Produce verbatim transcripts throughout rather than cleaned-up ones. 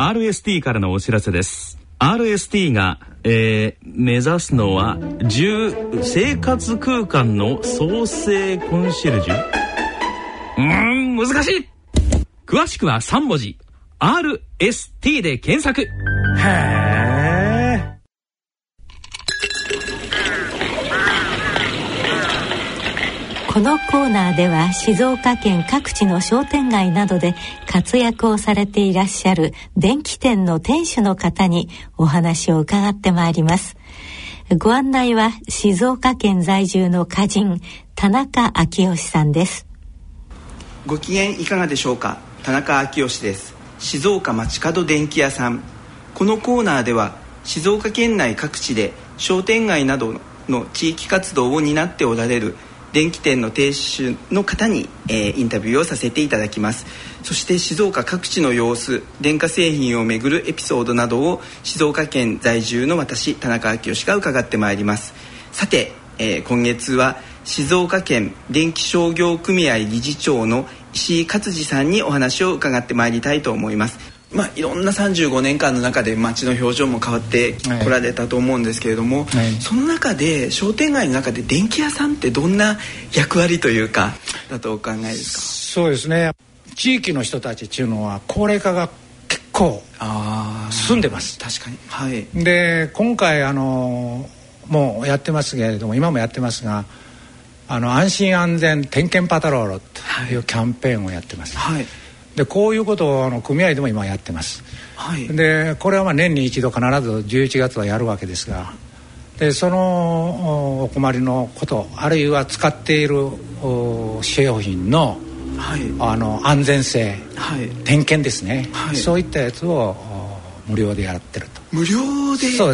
アールエスティー からのお知らせです。 アールエスティー が、えー、目指すのは住生活空間の創生コンシェルジュ。うーん難しい。詳しくはさん文字 アールエスティー で検索。へー。 このコーナーでは静岡県各地の商店街などで活躍をされていらっしゃる電気店の店主の方にお話を伺ってまいります。ご案内は静岡県在住の歌人田中昭義さんです。 ご機嫌いかがでしょうか。田中昭義です。静岡街角電気屋さん。このコーナーでは静岡県内各地で商店街などの地域活動を担っておられる電気店の店主の方に、えー、インタビューをさせていただきます。そして静岡各地の様子、電化製品をめぐるエピソードなどを静岡県在住の私田中昭義が伺ってまいります。さて、えー、今月は静岡県電気商業組合理事長の石井勝次さんにお話を伺ってまいりたいと思います。まあ、いろんなさんじゅうごねんかんの中で街の表情も変わってこられたと思うんですけれども、はいはい、その中で商店街の中で電気屋さんってどんな役割というかだとお考えですか。 そうですね、地域の人たちっていうのは高齢化が結構進んでます。 確かに、はい、 で今回あのもうやってますけれども、今もやってますが、あの安心安全点検パトロールというキャンペーンをやってます、はい、でこういうことをあの組合でも今やってます、はい、でこれはまあ年に一度必ずじゅういちがつはやるわけですが、でそのお困りのこと、あるいは使っている商品の、はい、あの安全性、はい、点検ですね、はい、そういったやつを無料でやってると。 無料で。 そうです。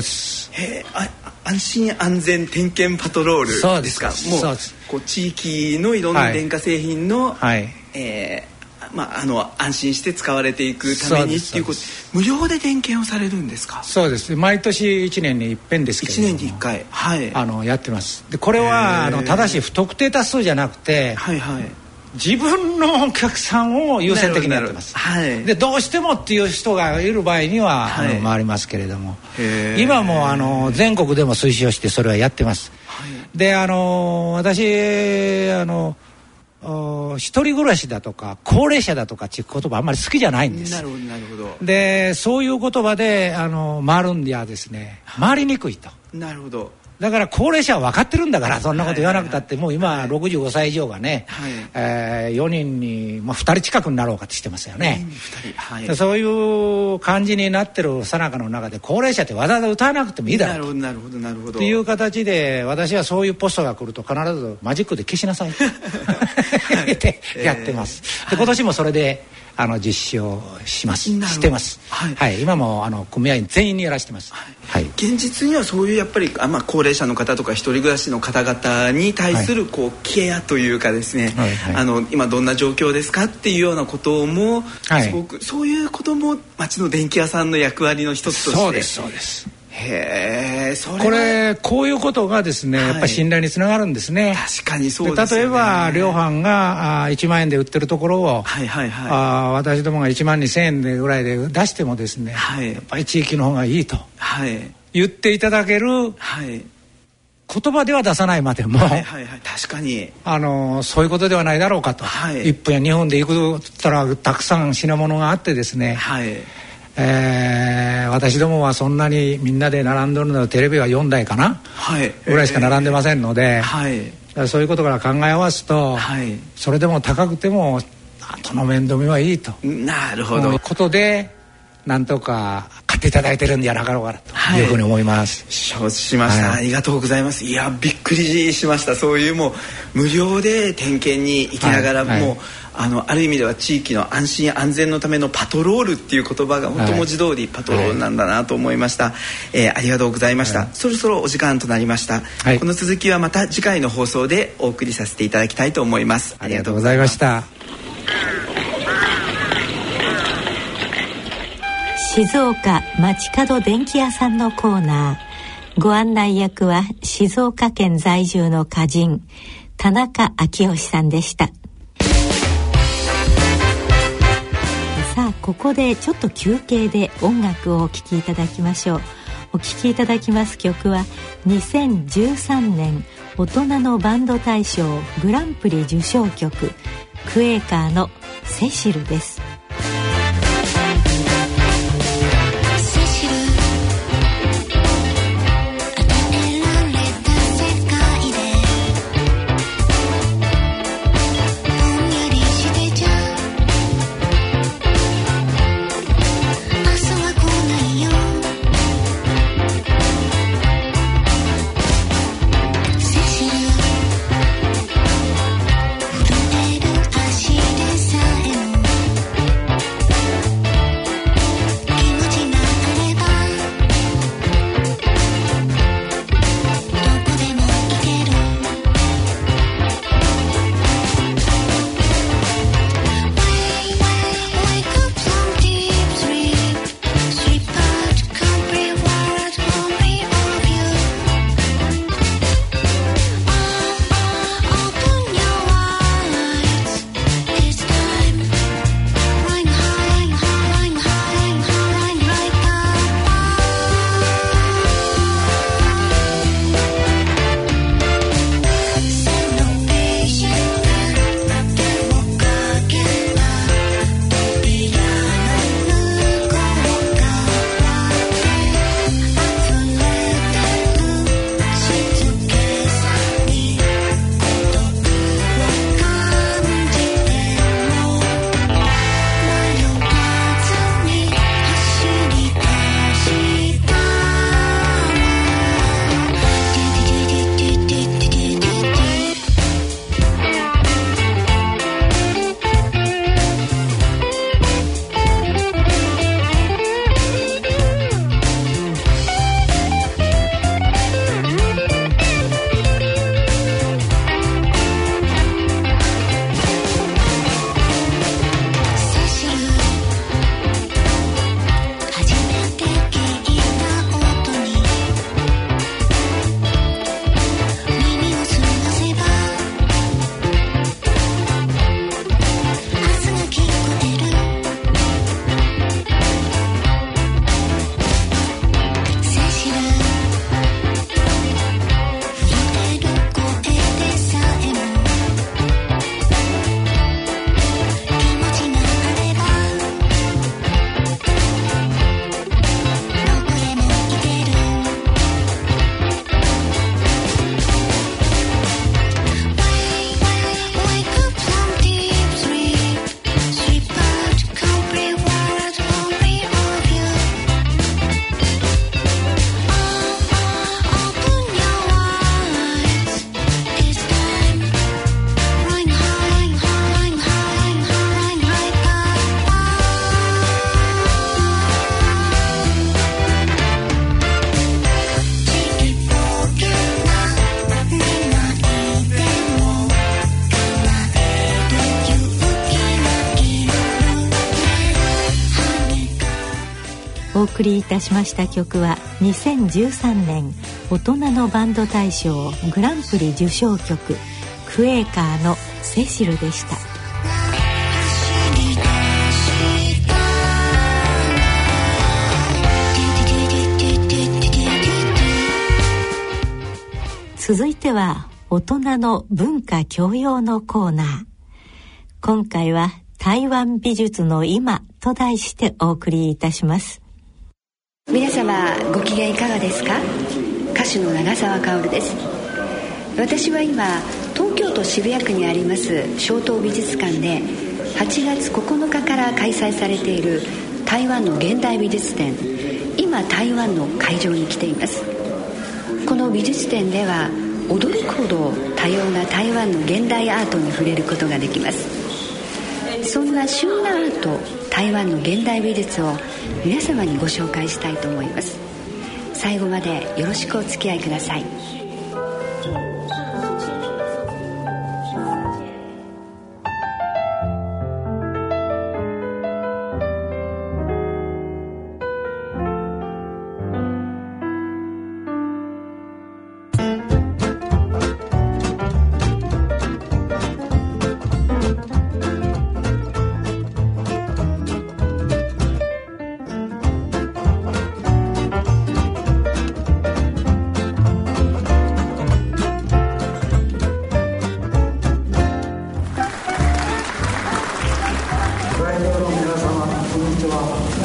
へあ安心安全点検パトロールですか。もうそうです。 こう地域のいろんな電化製品の、はい、えーまあ、あの安心して使われていくためにっていうこと、無料で点検をされるんですか。 そうです。毎年いちねんに一遍ですけれども、 いちねんにいっかい、はい、 あのやってます。でこれはあのただし不特定多数じゃなくて、はいはい、自分のお客さんを優先的にやってます、はい、でどうしてもっていう人がいる場合には、はい、あの回りますけれども、今もあの全国でも推奨してそれはやってます、はい、であの私あの一人暮らしだとか高齢者だとかっていう言葉あんまり好きじゃないんです。 なるほどなるほど。 でそういう言葉であの回るんではですね、回りにくいと。 なるほど。 だから高齢者は分かってるんだから、そんなこと言わなくたって、もう今ろくじゅうごさい以上がね、はい、えー、よにんに、まあ、ふたり近くになろうかってしてますよね、ふたり、はい、そういう感じになってる最中の中で、高齢者ってわざわざ歌わなくてもいいだろうと、 なるほどなるほどっていう形で、私はそういうポストが来ると必ずマジックで消しなさいってやってます、えー、で今年もそれであの実施をしますしてます、はいはい、今もあの組合員全員にやらせてます、はいはい、 現実にはそういうやっぱりあ、まあ、高齢者の方とか一人暮らしの方々に対するこう、はい、ケアというかですね、はいはい、あの今どんな状況ですかっていうようなことも、はい、すごくそういうことも町の電気屋さんの役割の一つとして。 そうですそうです。 へえ、それはこれこういうことがですね、はい、やっぱり信頼につながるんですね。 確かにそうですよね。 例えば量販があいちまんえんで売ってるところを、はいはいはい、あ私どもがいちまんにせんえんでぐらいで出してもですね、はい、やっぱり地域の方がいいと、はい、言っていただける、はい、言葉では出さないまでも、はいはいはい、 確かにあのそういうことではないだろうかと、はい、いっぷんやにふんで行くったらたくさん品物があってですね、はい、えー、私どもはそんなにみんなで並んでるのでテレビはよんだいかな、はい、ぐらいしか並んでませんので、えーはい、そういうことから考え合わすと、はい、それでも高くても後の面倒見はいいと、 なるほど、 いうことでなんとか買っていただいてるんじゃなかろうかというふうに思います。 承知しました、はい、ありがとうございます。いやびっくりしました。そういうもう無料で点検に行きながら、はい、もう、はい、あのある意味では地域の安心安全のためのパトロールっていう言葉が本当文字通りパトロールなんだなと思いました、はい、えー、ありがとうございました、はい、そろそろお時間となりました、はい、この続きはまた次回の放送でお送りさせていただきたいと思います。 ありがとうございました。 静岡街角電気屋さんのコーナー、ご案内役は静岡県在住の歌人田中昭義さんでした。さあここでちょっと休憩で音楽をお聴きいただきましょう。お聴きいただきます曲はにせんじゅうさんねん大人のバンド大賞グランプリ受賞曲、クエーカーのセシルです。お送りいたしました曲はにせんじゅうさんねん大人のバンド大賞グランプリ受賞曲、クエーカーのセシルでした。続いては大人の文化教養のコーナー。今回は台湾美術の今と題してお送りいたします。 皆様ご機嫌いかがですか？歌手の長澤薫です。私は今東京都渋谷区にあります松濤美術館ではちがつここのかから開催されている台湾の現代美術展、今台湾の会場に来ています。この美術展では驚くほど多様な台湾の現代アートに触れることができます。そんな旬なアート、台湾の現代美術を皆様にご紹介したいと思います。最後までよろしくお付き合いください。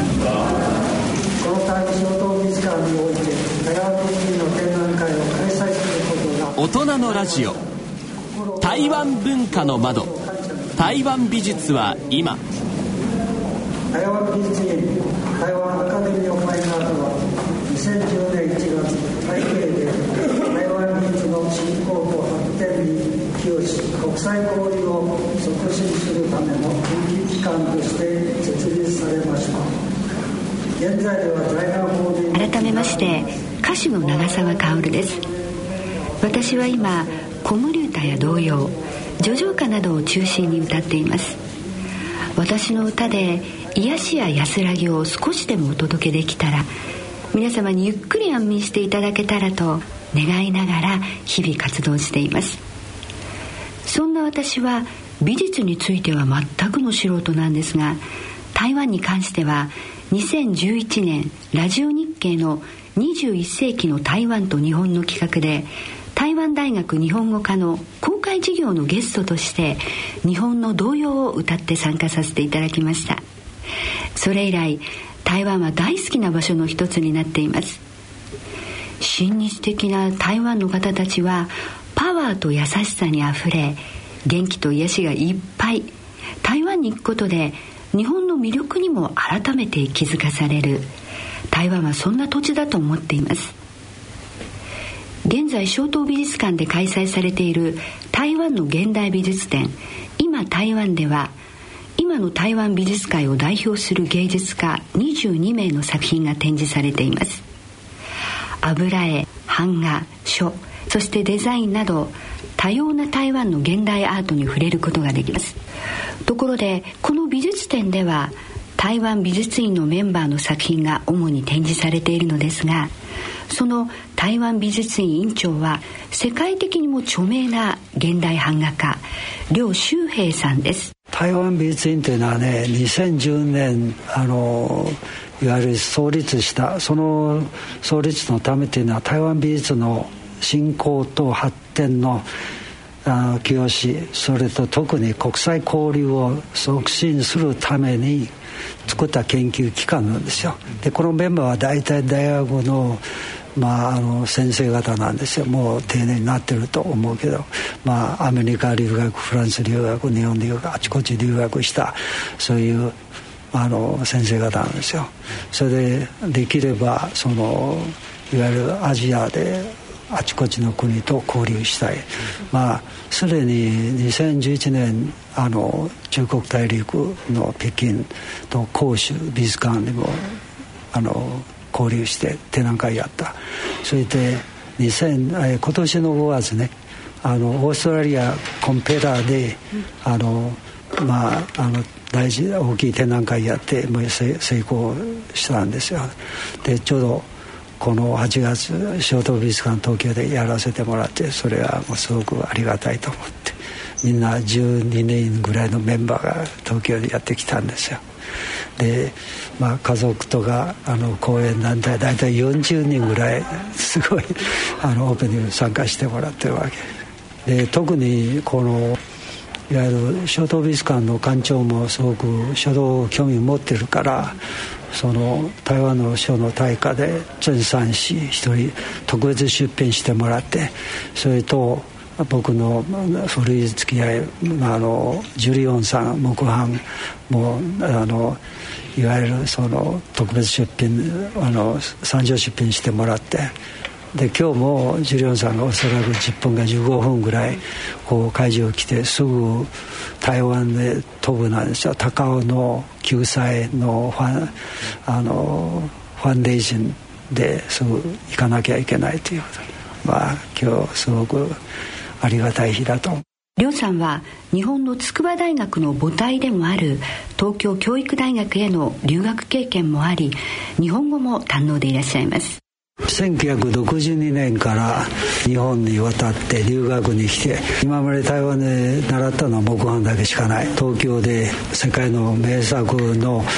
この大正島美術館において台湾美術の展覧会を開催することが、 大人のラジオ、台湾文化の窓、台湾美術は今。 台湾美術院台湾アカデミーオブファインアートはにせんじゅうねんいちがつ、台北で台湾美術の振興と発展に寄与し、国際交流を促進するための研究機関として設立されました。現在では在南法人、 改めまして歌手の長澤薫です。私は今子守歌や童謡、叙情歌などを中心に歌っています。私の歌で癒しや安らぎを少しでもお届けできたら、皆様にゆっくり安眠していただけたらと願いながら日々活動しています。そんな私は美術については全くの素人なんですが、台湾に関してはにせんじゅういちねんラジオ日経のにじゅういっせいきの台湾と日本の企画で、台湾大学日本語科の公開授業のゲストとして日本の童謡を歌って参加させていただきました。それ以来台湾は大好きな場所の一つになっています。親日的な台湾の方たちはパワーと優しさにあふれ、元気と癒しがいっぱい。台湾に行くことで日本の魅力にも改めて気づかされる。台湾はそんな土地だと思っています。現在小東美術館で開催されている台湾の現代美術展、今台湾では、今の台湾美術界を代表する芸術家にじゅうにめいの作品が展示されています。油絵、版画、書、そしてデザインなど多様な台湾の現代アートに触れることができます。ところでこの美術展では台湾美術院のメンバーの作品が主に展示されているのですが、その台湾美術院院長は世界的にも著名な現代版画家廖修平さんです。 台湾美術院というのはね、にせんじゅうねんあのいわゆる創立した、その創立のためというのは台湾美術の振興と発展のあ寄与し、それと特に国際交流を促進するために作った研究機関なんですよ。でこのメンバーは大体大学のまあ、あの先生方なんですよ。もう定年になってると思うけど、まあ、アメリカ留学、フランス留学、日本留学、あちこち留学したそういうあの先生方なんですよ。それでできればそのいわゆるアジアであちこちの国と交流したい。まあすでににせんじゅういちねんあの中国大陸の北京と広州美術館でもあの交流して展覧会やった。それでにせんえ今年のごがつね、あのオーストラリアコンペラであのまああの大事大きい展覧会やってもう成功したんですよ。でちょうどこのはちがつ小東美術館東京でやらせてもらって、それはもうすごくありがたいと思って、みんなじゅうにねんぐらいのメンバーが東京でやってきたんですよ。で、まあ、家族とかあの講演団体大体よんじゅうにんぐらいすごいあのオープニング参加してもらってるわけで、特にこのいわゆる小東美術館の館長もすごく書道興味を持ってるから、その台湾の書の大家で陳三氏一人特別出品してもらって、それと僕の古い付き合い、まあ、あのジュリオンさん木版もあのいわゆるその特別出品あの参上出品してもらって、で今日もジュリオンさんがおそらくじゅっぷんかじゅうごふんぐらいこう会場来てすぐ台湾で飛ぶなんですよ。高尾の救済のファンあのファンデーションですぐ行かなきゃいけないということで、まあ今日すごくありがたい日だと。 廖さんは日本の筑波大学の母体でもある東京教育大学への留学経験もあり、日本語も堪能でいらっしゃいます。 せんきゅうひゃくろくじゅうにねんから日本に渡って留学に来て、今まで台湾で習ったのは木版だけしかない。東京で世界の名作の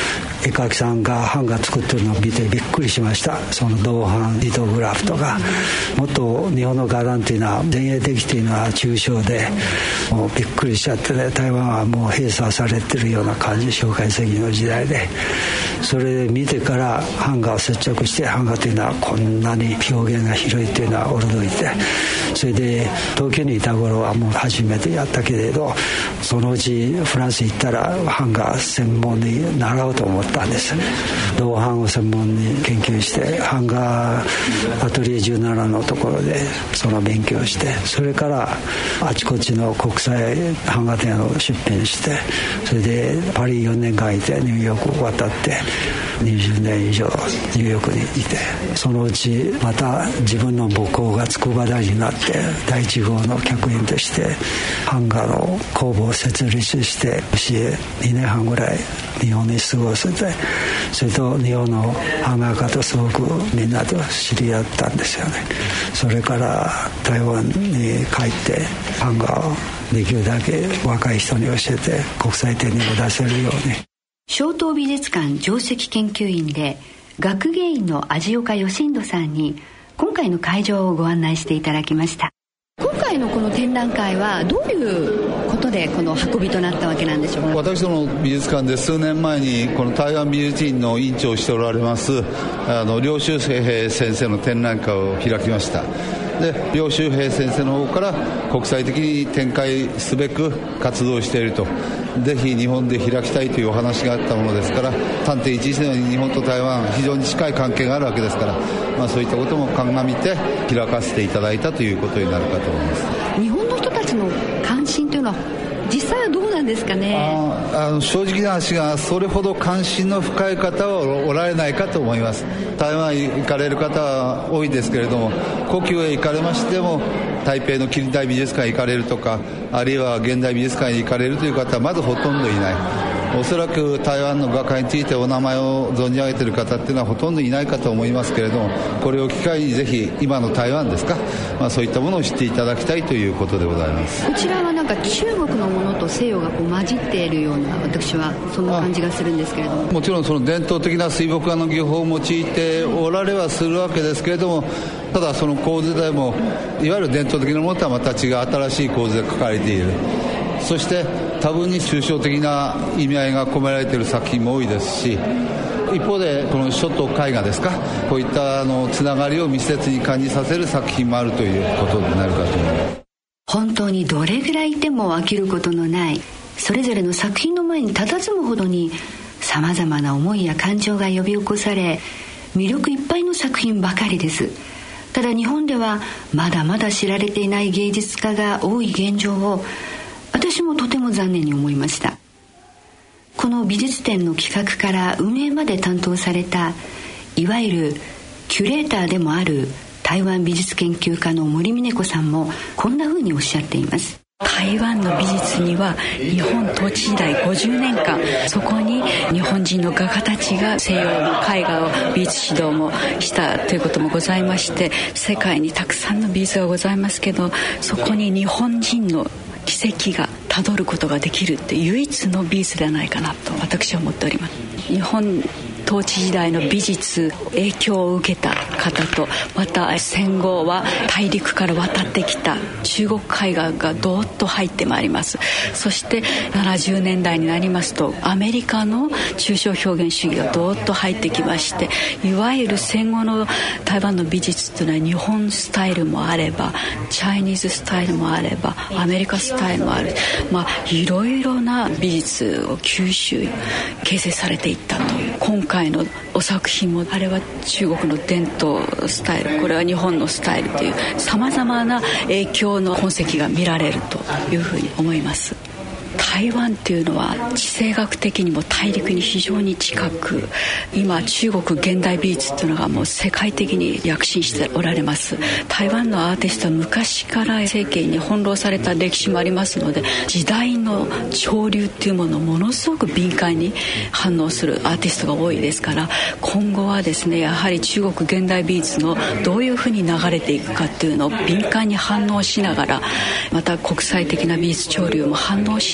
絵描きさんが版画作ってるのを見てびっくりしました。その銅版リトグラフとか、もっと日本の画壇っていうのは前衛的というのは抽象で、もうびっくりしちゃってね、台湾はもう閉鎖されてるような感じ、蒋介石の時代で。それで見てから版画を接着して、版画というのはこんなに表現が広いというのは驚いて、それで東京にいた頃はもう初めてやったけれど、そのうちフランス行ったら版画専門に習おうと思ったんです。銅版を専門に研究して、版画アトリエじゅうななのところでその勉強して、それからあちこちの国際版画展を出品して、それでパリよねんかんいてニューヨークを渡ってにじゅうねん以上ニューヨークにいて、そのうちまた自分の母校が筑波大になって第一号の客員として版画の工房を設立して教え、にねんはんぐらい日本に過ごせて、それと日本の版画家とすごくみんなと知り合ったんですよね。それから台湾に帰って版画をできるだけ若い人に教えて国際展にも出せるように。 松濤美術館上席研究員で学芸員の味岡義人さんに今回の会場をご案内していただきました。今回のこの展覧会はどういうことでこの運びとなったわけなんでしょうか。 私ども美術館で数年前にこの台湾美術院の院長をしておられますあの梁秀平先生の展覧会を開きました。で梁秀平先生の方から国際的に展開すべく活動していると、ぜひ日本で開きたいというお話があったものですから、さんてんいちいちのように日本と台湾非常に近い関係があるわけですから、まあ、そういったことも鑑みて開かせていただいたということになるかと思います。 日本の人たちの関心というのは実際はどうなんですかね。 ああの正直な話がそれほど関心の深い方はおられないかと思います。台湾行かれる方は多いですけれども、故宮へ行かれましても台北の近代美術館へ行かれるとか、あるいは現代美術館へ行かれるという方はまずほとんどいない。おそらく台湾の画家についてお名前を存じ上げている方っていうのはほとんどいないかと思いますけれども、これを機会にぜひ今の台湾ですか、まあ、そういったものを知っていただきたいということでございます。 こちらはなんか中国のものと西洋がこう混じっているような、私はそんな感じがするんですけれども、 もちろんその伝統的な水墨画の技法を用いておられはするわけですけれども、ただその構図でもいわゆる伝統的なものとはまた違う新しい構図で描かれている。そして多分に抽象的な意味合いが込められている作品も多いですし、一方でこの書と絵画ですか、こういったあのつながりを密接に感じさせる作品もあるということになるかと思います。 本当にどれぐらいいても飽きることのない、それぞれの作品の前に佇むほどにさまざまな思いや感情が呼び起こされ、魅力いっぱいの作品ばかりです。ただ日本ではまだまだ知られていない芸術家が多い現状を私もとても残念に思いました。この美術展の企画から運営まで担当された、いわゆるキュレーターでもある台湾美術研究家の森峰子さんもこんな風におっしゃっています。 台湾の美術には日本統治時代ごじゅうねんかん、そこに日本人の画家たちが西洋の絵画を美術指導もしたということもございまして、世界にたくさんの美術がございますけど、そこに日本人の軌跡がたどることができるって唯一の美術ではないかなと私は思っております。日本統治時代の美術影響を受けた方と、また戦後は大陸から渡ってきた中国絵画がどーっと入ってまいります。そしてななじゅうねんだいになりますとアメリカの抽象表現主義がどーっと入ってきまして、いわゆる戦後の台湾の美術というのは日本スタイルもあればチャイニーズスタイルもあればアメリカスタイルもある、まあいろいろな美術を吸収形成されていったという。今回のお作品もあれは中国の伝統スタイル、これは日本のスタイルというさまざまな影響の痕跡が見られるというふうに思います。台湾というのは地政学的にも大陸に非常に近く、今中国現代美術というのがもう世界的に躍進しておられます。台湾のアーティストは昔から政権に翻弄された歴史もありますので、時代の潮流というものをものすごく敏感に反応するアーティストが多いですから、今後はですねやはり中国現代美術のどういうふうに流れていくかというのを敏感に反応しながら、また国際的な美術潮流も反応しながら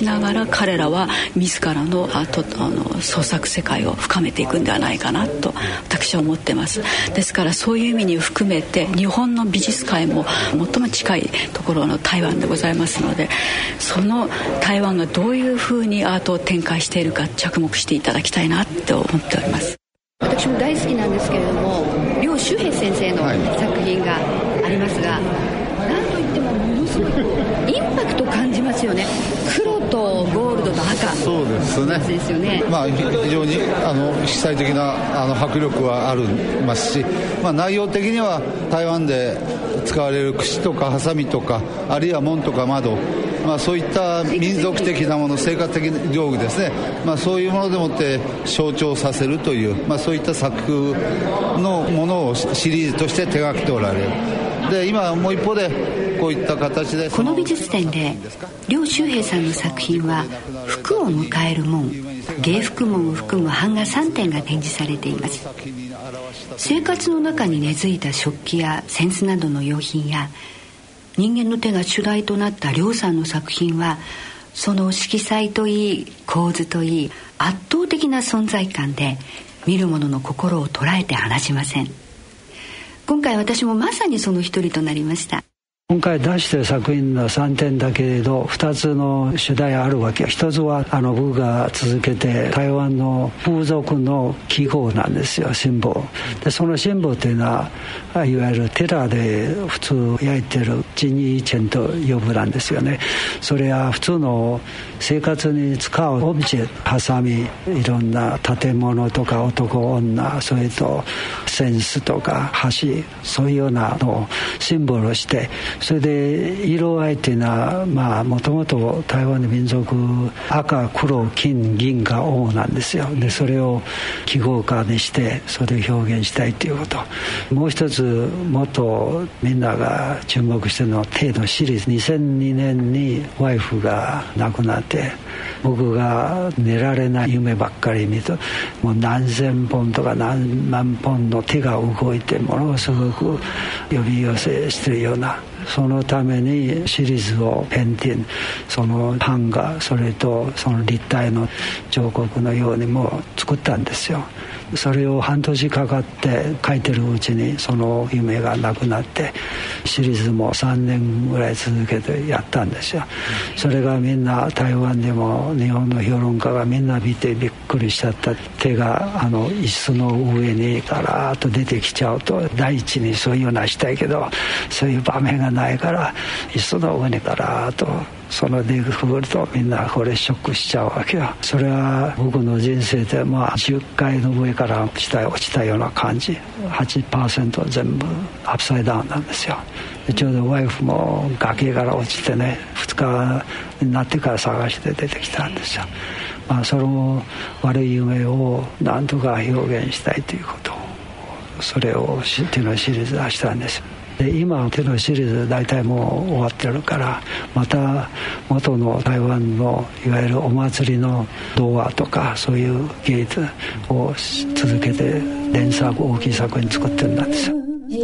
ながら彼らは自らのあとあの創作世界を深めていくんではないかなと私は思ってます。ですからそういう意味に含めて日本の美術界も最も近いところの台湾でございますので、その台湾がどういうふうにアートを展開しているか着目していただきたいなと思っております。 私も大好きなんですけれども、梁周平先生の作品がありますが、何といってもものすごいインパクトを感じますよね。黒とゴールドと赤。 そうですね。 ですよね。 まあ非常にあの色彩的なあの迫力はありますし、まあ内容的には台湾で使われる櫛とかハサミとか、あるいは門とか窓、まあ、そういった民族的なもの、生活的な道具ですね、まあ、そういうものでもって象徴させるという、まあ、そういった作のものをシリーズとして手がけておられる。で今もう一方でこういった形でこの美術展で梁周平さんの作品は服を迎える門、芸服門を含む版画さんてんが展示されています。生活の中に根付いた食器や扇子などの用品や人間の手が主題となった梁さんの作品は、その色彩といい構図といい圧倒的な存在感で見る者の心を捉えて離しません。今回私もまさにその一人となりました。 今回出してる作品のさんてんだけれどふたつの主題あるわけ。一つはあの僕が続けて台湾の風俗の記号なんですよ、シンボルで。そのシンボルっていうのはいわゆる寺で普通焼いてるジニーチェンと呼ぶなんですよね。それは普通の生活に使うオブジェ、ハサミ、いろんな建物とか男女、それとセンスとか箸、そういうようなのをシンボルして、それで色合いっていうのはまあもともと台湾の民族赤黒金銀が主なんですよ。でそれを記号化にしてそれを表現したいということ。もう一つもっとみんなが注目してるのはテのシリーズ。にせんにねんにワイフが亡くなって、僕が寝られない夢ばっかり見て、もう何千本とか何万本の手が動いてものすごく呼び寄せしてるような、そのためにシリーズをペンティン、その版画、それとその立体の彫刻のようにも作ったんですよ。それを半年かかって描いてるうちにその夢がなくなって、シリーズもさんねんぐらい続けてやったんですよ。それがみんな台湾でも日本の評論家がみんな見てびっくりしちゃった。手があの椅子の上にガラーッと出てきちゃうと、第一にそういうのはしたいけどそういう場面がないから椅子の上にガラーッとその出てくるとみんなこれショックしちゃうわけよ。それは僕の人生でまあじゅっかいの上から下へ落ちたような感じ。 はちパーセント 全部アップサイダウンなんですよ。でちょうどワイフも崖から落ちてね、ふつかになってから探して出てきたんですよ。まあその悪い夢をなんとか表現したいということ、それを手のシリーズ出したんです。で今手のシリーズ大体もう終わってるから、また元の台湾のいわゆるお祭りの童話とかそういう芸術を続けて連作大きい作品作ってるんですよ。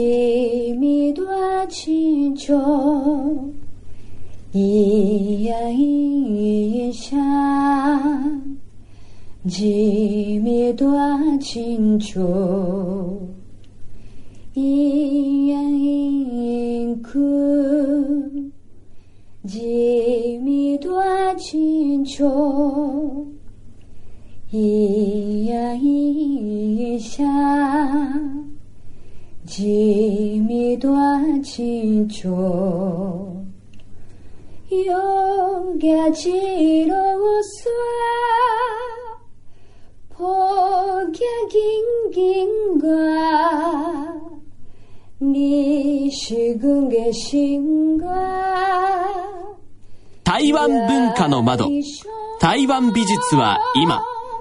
一言一哭，几米多清秋，一言一笑，几米多清秋，有个几罗嗦。 台湾文化の窓、台湾美術は今。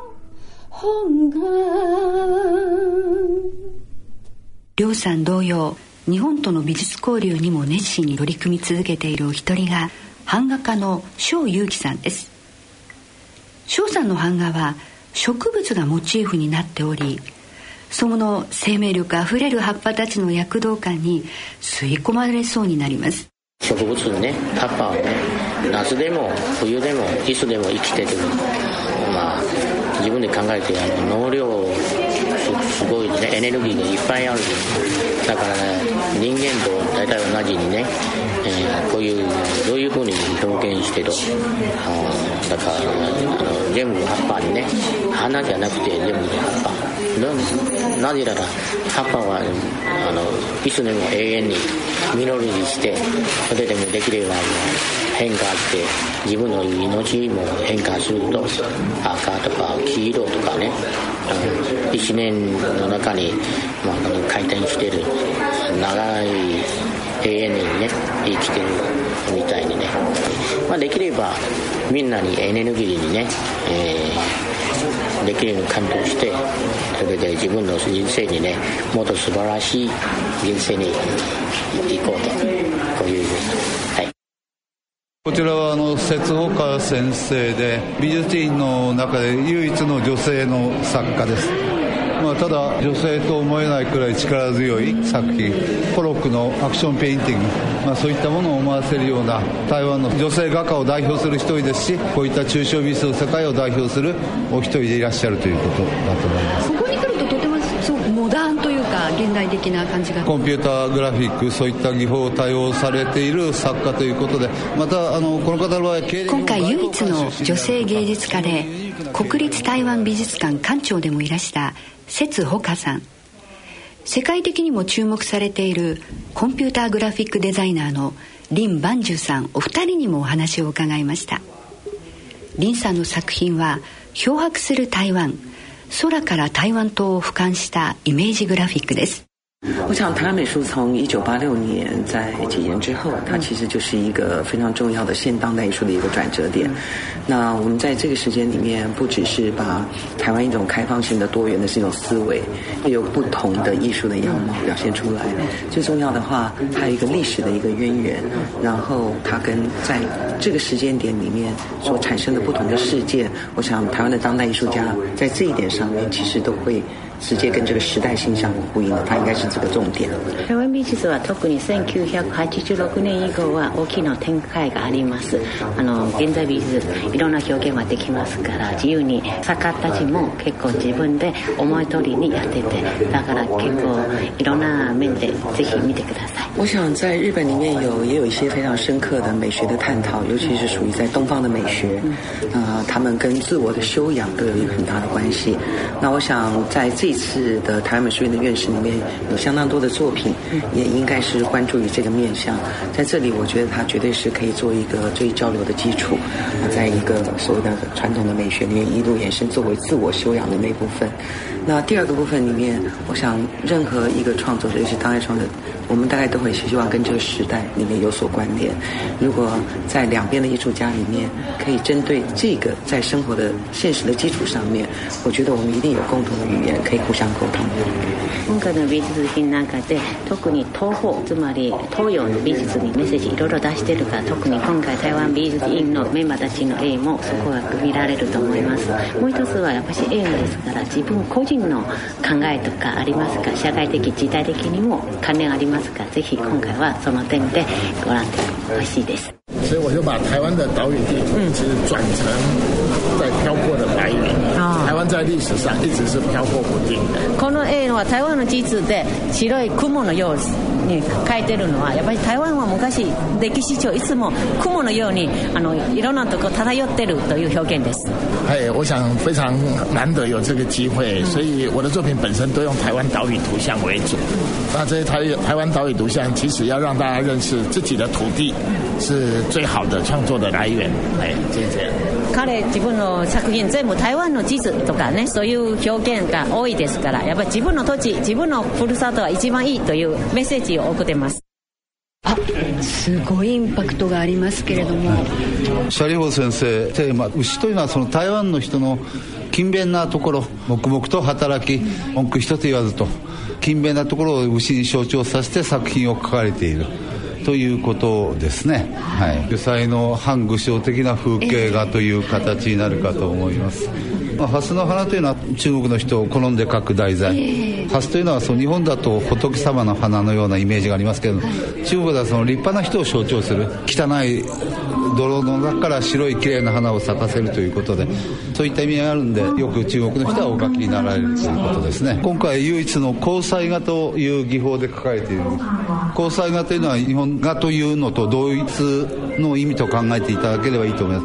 梁さん同様、日本との美術交流にも熱心に取り組み続けているお一人が版画家の蕭友紀さんです。蕭さんの版画は植物がモチーフになっており、その生命力あふれる葉っぱたちの躍動感に吸い込まれそうになります。 植物のね葉っぱをね夏でも冬でもいつでも生きてても、まあ、自分で考えてあの能量す, すごい、ね、エネルギーがいっぱいある。だからね、人間と大体同じにね、えー、こういうどういうふうに表現してる、あだからあの全部葉っぱにね、花じゃなくて全部葉っぱ。なぜなら葉っぱはあのいつでも永遠に実りにして、それでもできれば変化して自分の命も変化すると、赤とか黄色とかね、あの一年の中に、まあ、回転してる長い永遠にね生きてるみたいにね、まあ、できればみんなにエネルギーにね、えー、できるように感動して、それで自分の人生にねもっと素晴らしい人生に行こうと、こういう、はい。 こちらはあの節穂香先生で、美術院の中で唯一の女性の作家です。まあ、ただ女性と思えないくらい力強い作品、ポロックのアクションペインティング、まあ、そういったものを思わせるような台湾の女性画家を代表する一人ですし、こういった抽象美術の世界を代表するお一人でいらっしゃるということだと思います。 ここに来るととてもすごくモダンというか現代的な感じが、 コンピューターグラフィック、そういった技法を多用されている作家ということで、またあのこの方の場合今回唯一の女性芸術家で国立台湾美術館館長でもいらした節穂香さん、世界的にも注目されているコンピューターグラフィックデザイナーの林万寿さん、お二人にもお話を伺いました。林さんの作品は漂白する台湾、空から台湾島を俯瞰したイメージグラフィックです。 我想台湾美术从一九八六年在解严之后，它其实就是一个非常重要的现当代艺术的一个转折点。那我们在这个时间里面，不只是把台湾一种开放性的多元的这种思维，也有不同的艺术的样貌表现出来。最重要的话，它有一个历史的一个渊源，然后它跟在这个时间点里面所产生的不同的事件，我想台湾的当代艺术家在这一点上面其实都会直接跟这个時代性相互呼應、它應該是這個重点。 台湾美術は特にせんきゅうひゃくはちじゅうろくねん以降は大きな展開があります。あの現在美術いろんな表現はできますから、自由に作家たちも結構自分で思い通りにやってて、だから結構いろんな面でぜひ見てください。 我想在日本里面有也有一些非常深刻的美学的探讨，尤其是属于在东方的美学，呃，他们跟自我的修养都有一个很大的关系。那我想在这次的台湾美术院的院士里面有相当多的作品，也应该是关注于这个面向。在这里我觉得它绝对是可以做一个最交流的基础，在一个所谓的传统的美学里面一路延伸作为自我修养的那部分。那第二个部分里面，我想任何一个创作者，尤其当代创作者，我们大概都会希望跟这个时代里面有所关联。如果在两边的艺术家里面可以针对这个在生活的现实的基础上面，我觉得我们一定有共同的语言可以互相沟通。 今回の美術品の中で特に東方、つまり東洋の美術にメッセージいろいろ出してるから、特に今回台湾美術院のメンバーたちの絵もそこが見られると思います。もう一つはやっぱり映画ですから、自分個人の考えとかありますか、社会的時代的にも関連ありますか、ぜひ今回はその点でご覧てほしいです。 所以我就把台湾的岛屿地图其实转成在漂泊的白云、哦、台湾在历史上一直是漂泊不定的。 この絵は台湾の地図で白い雲のように描いてるのは、やっぱり台湾は昔歴史上いつも雲のようにあのいろんなとこ漂ってるという表現です。 はい、我想非常難得有這個機會、嗯、所以我的作品本身都用台灣島嶼圖像為主、嗯、那這些台台灣島嶼圖像其實要讓大家認識自己的土地是最好的創作的來源。はい、謝謝。 彼自分の作品全部台湾の地図とかね、そういう表現が多いですから、やっぱり自分の土地、自分のふるさとは一番いいというメッセージを送ってます。 あ、すごいインパクトがありますけれども、 シャリホ先生テーマ、牛というのはその台湾の人の勤勉なところ、黙々と働き文句一つ言わずと勤勉なところを牛に象徴させて作品を描かれているということですね。はい、油彩の反具象的な風景画という形になるかと思います。 まあ、蓮の花というのは中国の人を好んで描く題材、えー、蓮というのはその日本だと仏様の花のようなイメージがありますけど、はい、中国ではその立派な人を象徴する汚い泥の中から白い綺麗な花を咲かせるということで、そういった意味があるんでよく中国の人はお描きになられるということですね。今回唯一の虹彩画という技法で描かれている。虹彩画というのは日本画というのと同一の意味と考えていただければいいと思います。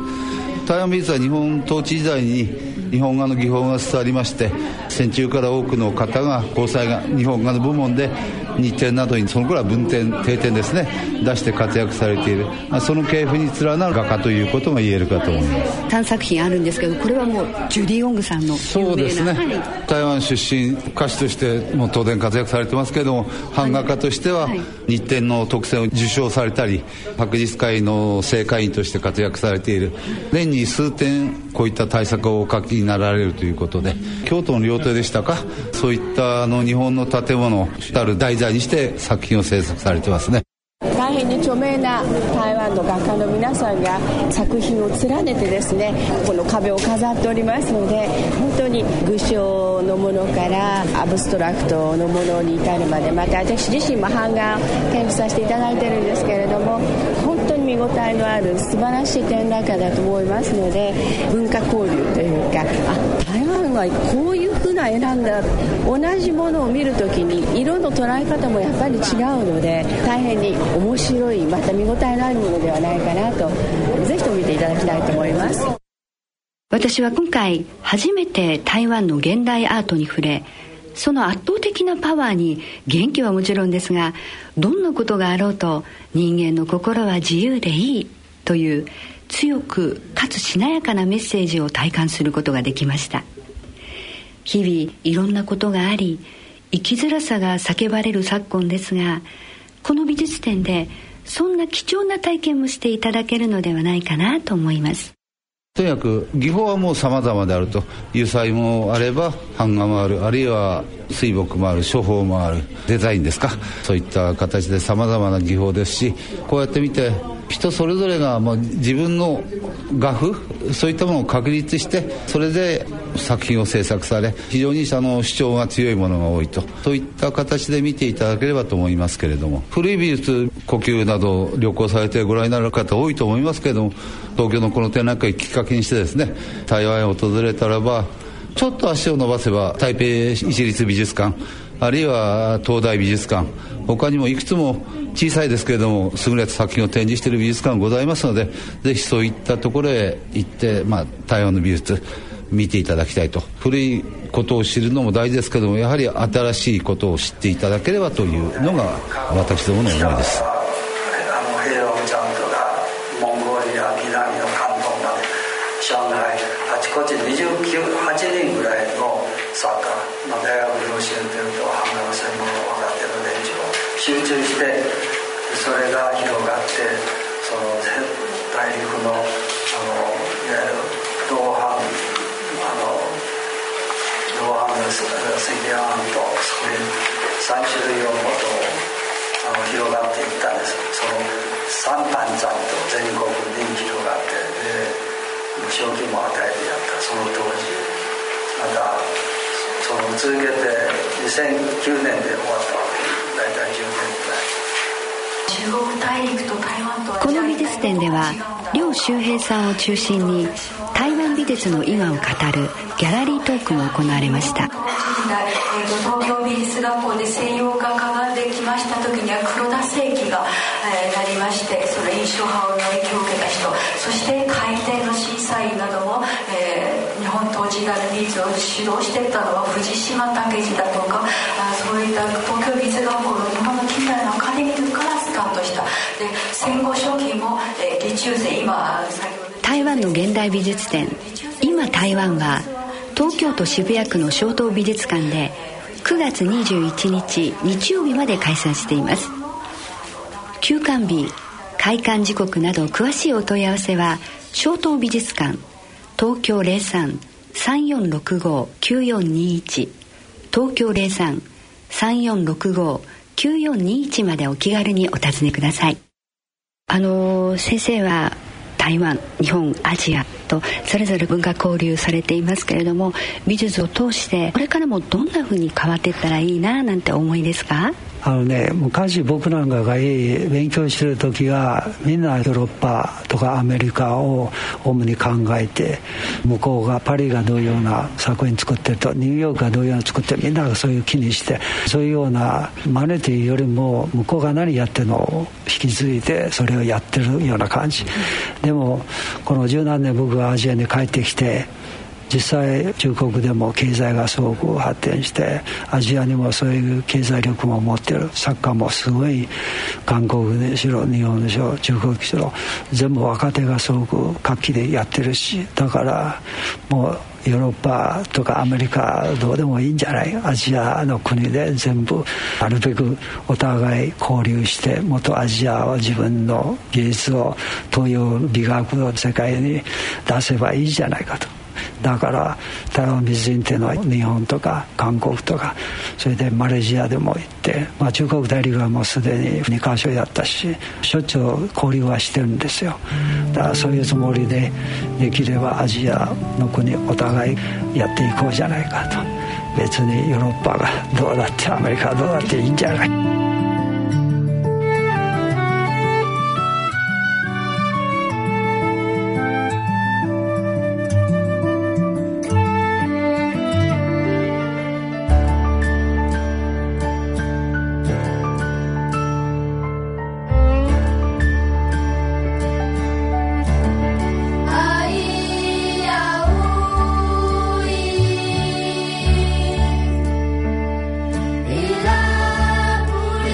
台湾美術は日本統治時代に日本画の技法が伝わりまして、戦中から多くの方が虹彩画、日本画の部門で日展などにその頃は文展、定展ですね、出して活躍されている、まあ、その系譜に連なる画家ということが言えるかと思います。 さんさく品あるんですけど、これはもうジュディ・オングさんの有名な。 そうですね、はい、台湾出身歌手としても当然活躍されてますけれども、版画家としては日展の特選を受賞されたり、白日会の正会員として活躍されている。年に数点こういった対策をお書きになられるということで、京都の料亭でしたか、そういったあの日本の建物をたる題材にして作品を制作されてますね。 大変に著名な台湾の画家の皆さんが作品を連ねてですね、この壁を飾っておりますので、本当に具象のものからアブストラクトのものに至るまで、また私自身も版画を展示させていただいているんですけれども、本当に見応えのある素晴らしい展覧会だと思いますので、文化交流というか、あ、台湾はこういうふうな選んだ同じものを見るときに色の捉え方もやっぱり違うので、大変に面白い、また見応えのあるものではないかなと、ぜひとも見ていただきたいと思います。 私は今回初めて台湾の現代アートに触れ、その圧倒的なパワーに元気はもちろんですが、どんなことがあろうと人間の心は自由でいいという強くかつしなやかなメッセージを体感することができました。日々いろんなことがあり、生きづらさが叫ばれる昨今ですが、この美術展でそんな貴重な体験もしていただけるのではないかなと思います。 とにかく技法はもう様々であると、油彩もあれば版画もある、あるいは水墨もある、書法もある、デザインですか、そういった形で様々な技法ですし、こうやって見て人それぞれがもう自分の画風、そういったものを確立して、それで作品を制作され、非常にあの主張が強いものが多いと、そういった形で見ていただければと思いますけれども、古い美術、故宮など旅行されてご覧になる方多いと思いますけれども、東京のこの展覧会をきっかけにしてですね、台湾へ訪れたらばちょっと足を伸ばせば台北市立美術館、あるいは東大美術館、他にもいくつも小さいですけれども優れた作品を展示している美術館がございますので、ぜひそういったところへ行って、まあ、台湾の美術見ていただきたいと。古いことを知るのも大事ですけども、やはり新しいことを知っていただければというのが私どもの思いです。 上海あちこちにじゅうはちにんぐらいの作家、まあ、大学で教えてると版画の専門の分かってる連中を集中して、それが広がって、その大陸のあのいわゆる銅版、あの銅版の赤飯版とそういうさん種類をもとあの広がっていったんです。その三版山と全国に広がって、で賞金も与えてやったその当時、またその続けてにせんきゅうねんで終わったわけ、大体じゅうねんぐらい。 中国大陸と台湾とは、この美術展では梁周平さんを中心に台湾美術の今を語るギャラリートークも行われました。 東京美術学校で西洋画家ができました時には黒田世紀が、えー、なりまして、それ印象派の影響を受けた人、そして海底の審査員なども、えー、日本当時代の美術を指導していったのは藤島武二だとか、あそういった東京美術学校の日本の近代のアカデミーからスタートした。で戦後初期も、えー、李中世、今先ほど台湾の現代美術展今台湾は東京都渋谷区の松濤美術館でくがつにじゅういちにち日曜日まで開催しています。休館日、開館時刻など詳しいお問い合わせは松濤美術館東京 ゼロさん さんよんろくご きゅうよんにいち 東京 ゼロさん さんよんろくご きゅうよんにいちまでお気軽にお尋ねください。あの先生は台湾、日本、アジアとそれぞれ文化交流されていますけれども、美術を通してこれからもどんな風に変わっていったらいいななんて思いですか？ あのね、昔僕なんかが勉強してる時はみんなヨーロッパとかアメリカを主に考えて、向こうがパリがどういうような作品作ってるとニューヨークがどういうような作ってる、みんながそういう気にして、そういうような真似というよりも向こうが何やってるのを引き継いでそれをやってるような感じ。でもこの十何年僕がアジアに帰ってきて、実際中国でも経済がすごく発展して、アジアにもそういう経済力も持ってる、サッカーもすごい、韓国でしろ日本でしろ中国でしろ全部若手がすごく活気でやってるし、だからもうヨーロッパとかアメリカどうでもいいんじゃない、アジアの国で全部なるべくお互い交流して、もっとアジアを自分の技術を東洋美学を世界に出せばいいじゃないかと。だから台湾美術院っていうのは日本とか韓国とか、それでマレーシアでも行って、まあ、中国大陸はもうすでににかしょやったし、しょっちゅう交流はしてるんですよ。だからそういうつもりでできればアジアの国お互いやっていこうじゃないかと。別にヨーロッパがどうだってアメリカがどうだっていいんじゃない。 い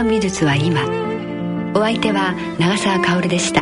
湾美術は今。お相手は長澤香織でした。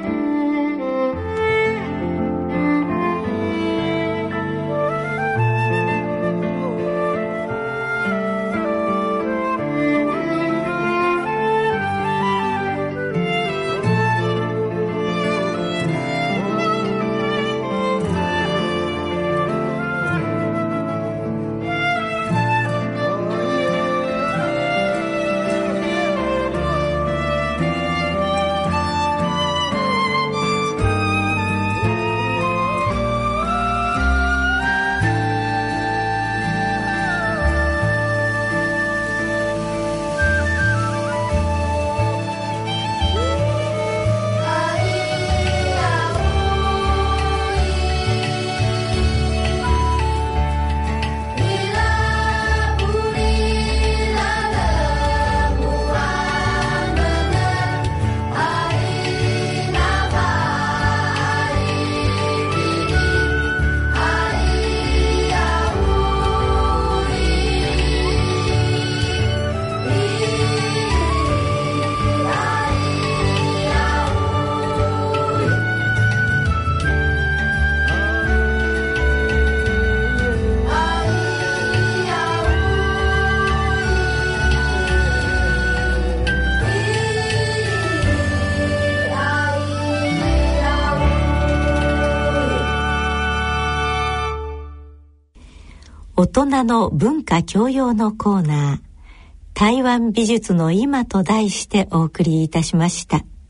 大人の文化教養のコーナー、台湾美術の今と題してお送りいたしました。